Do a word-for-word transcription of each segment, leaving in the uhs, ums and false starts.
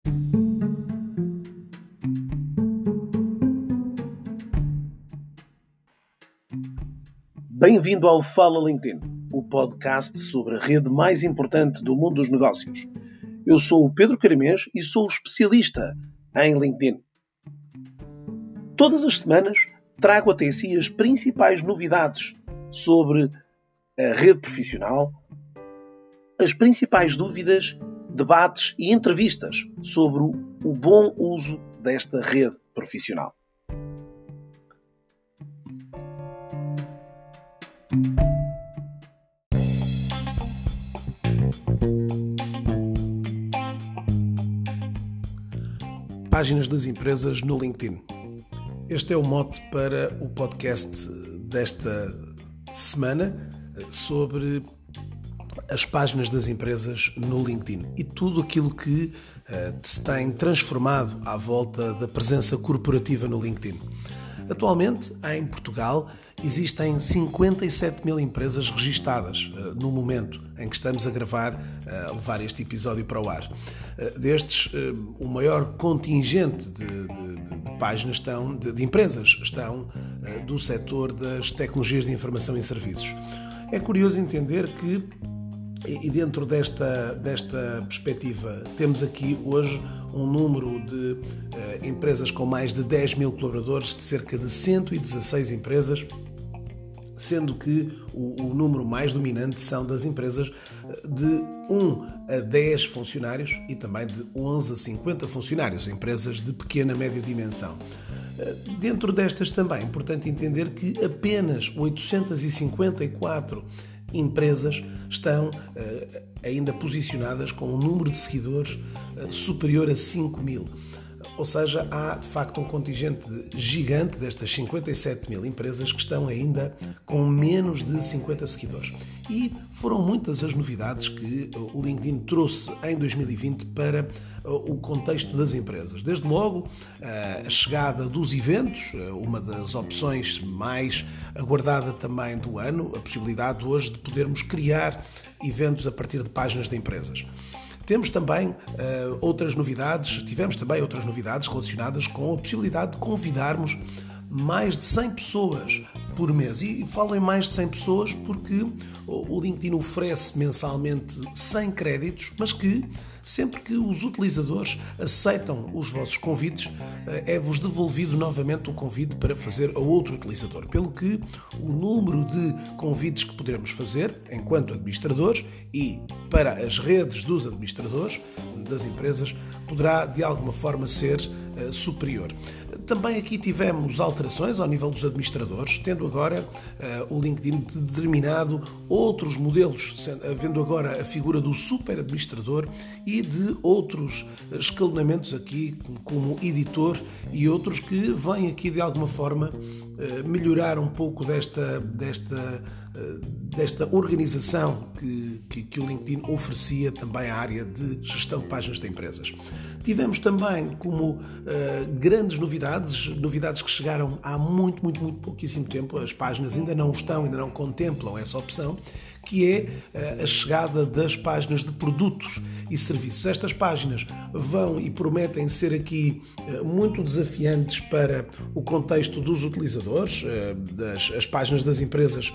Bem-vindo ao Fala LinkedIn, o podcast sobre a rede mais importante do mundo dos negócios. Eu sou o Pedro Caramês e sou especialista em LinkedIn. Todas as semanas trago até si as principais novidades sobre a rede profissional, as principais dúvidas, debates e entrevistas sobre o bom uso desta rede profissional. Páginas das empresas no LinkedIn. Este é o mote para o podcast desta semana sobre as páginas das empresas no LinkedIn e tudo aquilo que uh, se tem transformado à volta da presença corporativa no LinkedIn. Atualmente, em Portugal, existem cinquenta e sete mil empresas registadas uh, no momento em que estamos a gravar, uh, a levar este episódio para o ar. Uh, destes, uh, o maior contingente de, de, de, de páginas estão, de, de empresas estão uh, do setor das tecnologias de informação e serviços. É curioso entender que, e dentro desta, desta perspectiva, temos aqui hoje um número de uh, empresas com mais de dez mil colaboradores, de cerca de cento e dezasseis empresas, sendo que o, o número mais dominante são das empresas de um a dez funcionários e também de onze a cinquenta funcionários, empresas de pequena e média dimensão. Dentro destas também é importante entender que apenas oitocentas e cinquenta e quatro empresas estão uh, ainda posicionadas com um número de seguidores uh, superior a cinco mil. Ou seja, há de facto um contingente gigante destas cinquenta e sete mil empresas que estão ainda com menos de cinquenta seguidores. E foram muitas as novidades que o LinkedIn trouxe em dois mil e vinte para o contexto das empresas. Desde logo, a chegada dos eventos, uma das opções mais aguardada também do ano, a possibilidade hoje de podermos criar eventos a partir de páginas de empresas. Temos também uh, outras novidades, tivemos também outras novidades relacionadas com a possibilidade de convidarmos mais de cem pessoas por mês. E falo em mais de cem pessoas porque o LinkedIn oferece mensalmente cem créditos, mas que sempre que os utilizadores aceitam os vossos convites, é-vos devolvido novamente o convite para fazer a outro utilizador. Pelo que o número de convites que poderemos fazer enquanto administradores e para as redes dos administradores das empresas poderá de alguma forma ser uh, superior. Também aqui tivemos alterações ao nível dos administradores, tendo agora uh, o LinkedIn determinado outros modelos, sendo, havendo agora a figura do super administrador e de outros escalonamentos aqui, como editor e outros que vêm aqui de alguma forma uh, melhorar um pouco desta, desta, uh, desta organização que, que, que o LinkedIn oferecia também à área de gestão de páginas de empresas. Tivemos também como uh, grandes novidades, novidades que chegaram há muito, muito, muito pouquíssimo tempo, as páginas ainda não estão, ainda não contemplam essa opção, que é uh, a chegada das páginas de produtos e serviços. Estas páginas vão e prometem ser aqui uh, muito desafiantes para o contexto dos utilizadores, uh, das, as páginas das empresas.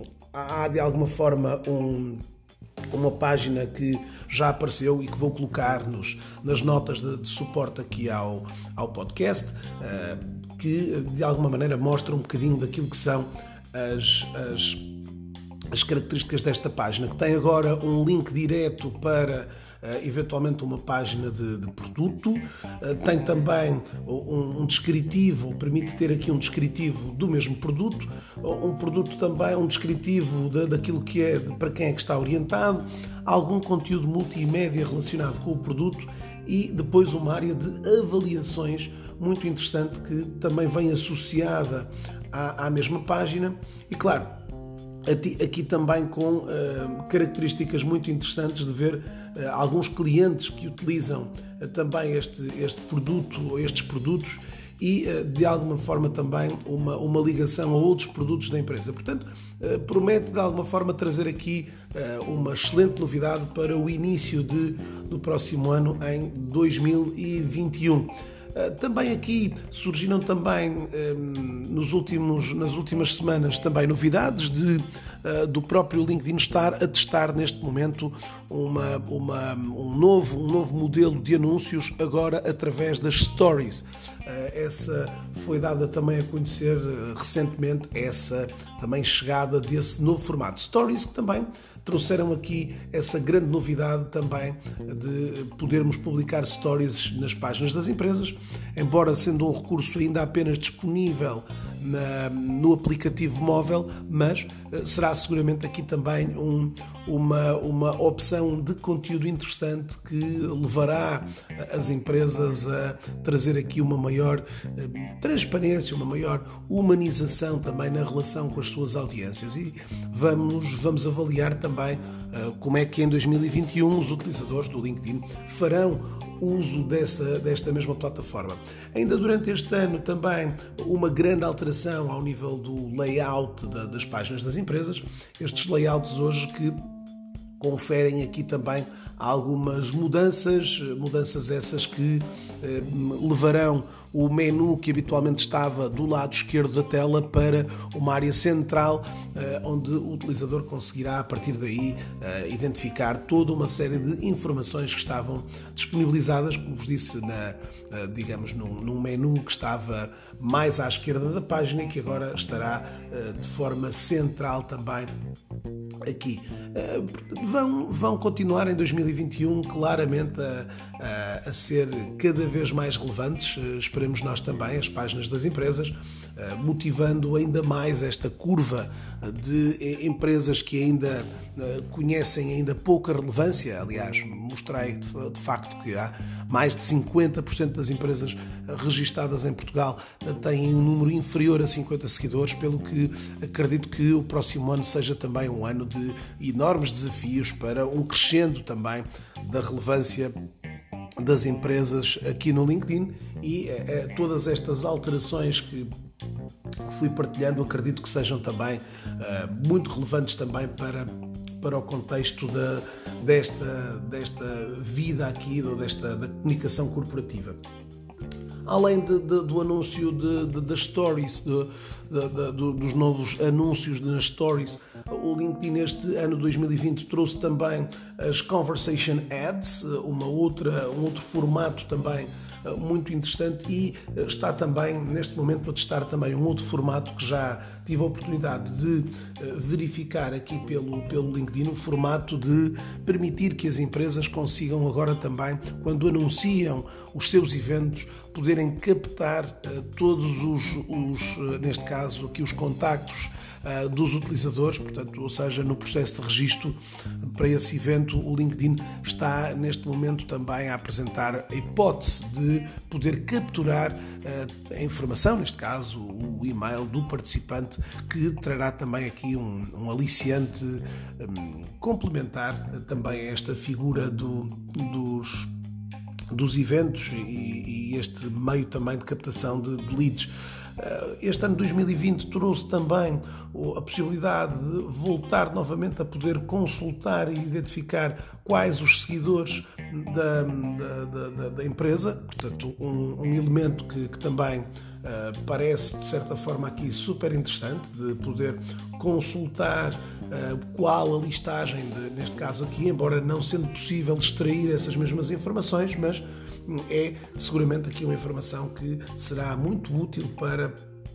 Há de alguma forma um... uma página que já apareceu e que vou colocar nos, nas notas de, de suporte aqui ao, ao podcast, uh, que de alguma maneira mostra um bocadinho daquilo que são as, as, as características desta página, que tem agora um link direto para Uh, eventualmente uma página de, de produto, uh, tem também um, um descritivo, permite ter aqui um descritivo do mesmo produto, um produto também, um descritivo de, daquilo que é, para quem é que está orientado, algum conteúdo multimédia relacionado com o produto e depois uma área de avaliações muito interessante que também vem associada à, à mesma página e, claro, aqui também com uh, características muito interessantes de ver uh, alguns clientes que utilizam uh, também este, este produto ou estes produtos e de alguma forma também uma, uma ligação a outros produtos da empresa. Portanto, promete de alguma forma trazer aqui uma excelente novidade para o início de, do próximo ano em dois mil e vinte e um. Também aqui surgiram também nos últimos, nas últimas semanas também novidades de, do próprio LinkedIn estar a testar neste momento uma, uma, um, novo, um novo modelo de anúncios agora através das Stories. Essa foi dada também a conhecer recentemente, essa também chegada desse novo formato. Stories que também trouxeram aqui essa grande novidade também de podermos publicar stories nas páginas das empresas, embora sendo um recurso ainda apenas disponível na, no aplicativo móvel, mas será seguramente aqui também um, uma, uma opção de conteúdo interessante que levará as empresas a trazer aqui uma maior transparência, uma maior humanização também na relação com as suas audiências. E vamos, vamos avaliar também também como é que em dois mil e vinte e um os utilizadores do LinkedIn farão uso desta, desta mesma plataforma. Ainda durante este ano também uma grande alteração ao nível do layout da, das páginas das empresas. Estes layouts hoje que conferem aqui também algumas mudanças, mudanças essas que eh, levarão o menu que habitualmente estava do lado esquerdo da tela para uma área central, eh, onde o utilizador conseguirá a partir daí eh, identificar toda uma série de informações que estavam disponibilizadas, como vos disse, na, eh, digamos, num, num menu que estava mais à esquerda da página e que agora estará eh, de forma central também aqui. Vão, vão continuar em dois mil e vinte e um claramente a, a, a ser cada vez mais relevantes, esperemos nós também, as páginas das empresas, motivando ainda mais esta curva de empresas que ainda conhecem ainda pouca relevância. Aliás, mostrei de facto que há mais de cinquenta por cento das empresas registadas em Portugal têm um número inferior a cinquenta seguidores, pelo que acredito que o próximo ano seja também um ano de enormes desafios para um crescendo também da relevância das empresas aqui no LinkedIn e é, todas estas alterações que fui partilhando acredito que sejam também uh, muito relevantes também para, para o contexto da, desta, desta vida aqui, ou desta da comunicação corporativa. Além de, de, do anúncio de, de, das stories, de, de, de, dos novos anúncios nas stories, o LinkedIn este ano dois mil e vinte trouxe também as Conversation Ads, uma outra, um outro formato também muito interessante, e está também neste momento a testar também um outro formato que já tive a oportunidade de verificar aqui pelo, pelo LinkedIn, o formato de permitir que as empresas consigam agora também, quando anunciam os seus eventos, poderem captar uh, todos os, os uh, neste caso aqui os contactos uh, dos utilizadores, portanto, ou seja, no processo de registro para esse evento, o LinkedIn está neste momento também a apresentar a hipótese de poder capturar uh, a informação, neste caso o e-mail do participante, que trará também aqui um, um aliciante um, complementar uh, também a esta figura do, dos dos eventos e, e este meio também de captação de, de leads. Este ano dois mil e vinte trouxe também a possibilidade de voltar novamente a poder consultar e identificar quais os seguidores da, da, da, da empresa, portanto um, um elemento que, que também uh, parece de certa forma aqui super interessante, de poder consultar uh, qual a listagem, de, neste caso aqui, embora não sendo possível extrair essas mesmas informações, mas é seguramente aqui uma informação que será muito útil para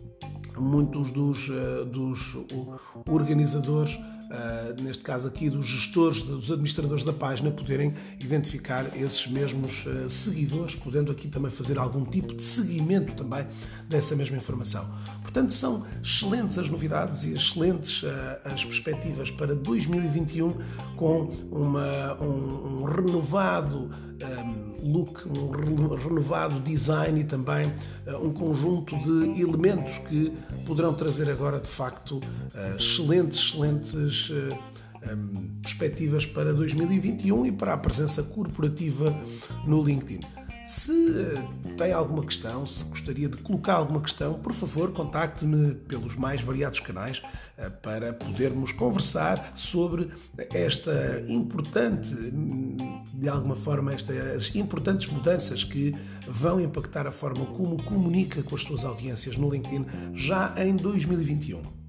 muitos dos, uh, dos organizadores, uh, neste caso aqui dos gestores, dos administradores da página, poderem identificar esses mesmos uh, seguidores, podendo aqui também fazer algum tipo de seguimento também dessa mesma informação. Portanto, são excelentes as novidades e excelentes uh, as perspectivas para dois mil e vinte e um, com uma, um, um renovado um, look, um renovado design e também uh, um conjunto de elementos que poderão trazer agora, de facto, uh, excelentes, excelentes uh, um, perspectivas para dois mil e vinte e um e para a presença corporativa no LinkedIn. Se tem alguma questão, se gostaria de colocar alguma questão, por favor, contacte-me pelos mais variados canais para podermos conversar sobre esta importante, de alguma forma, estas importantes mudanças que vão impactar a forma como comunica com as suas audiências no LinkedIn já em dois mil e vinte e um.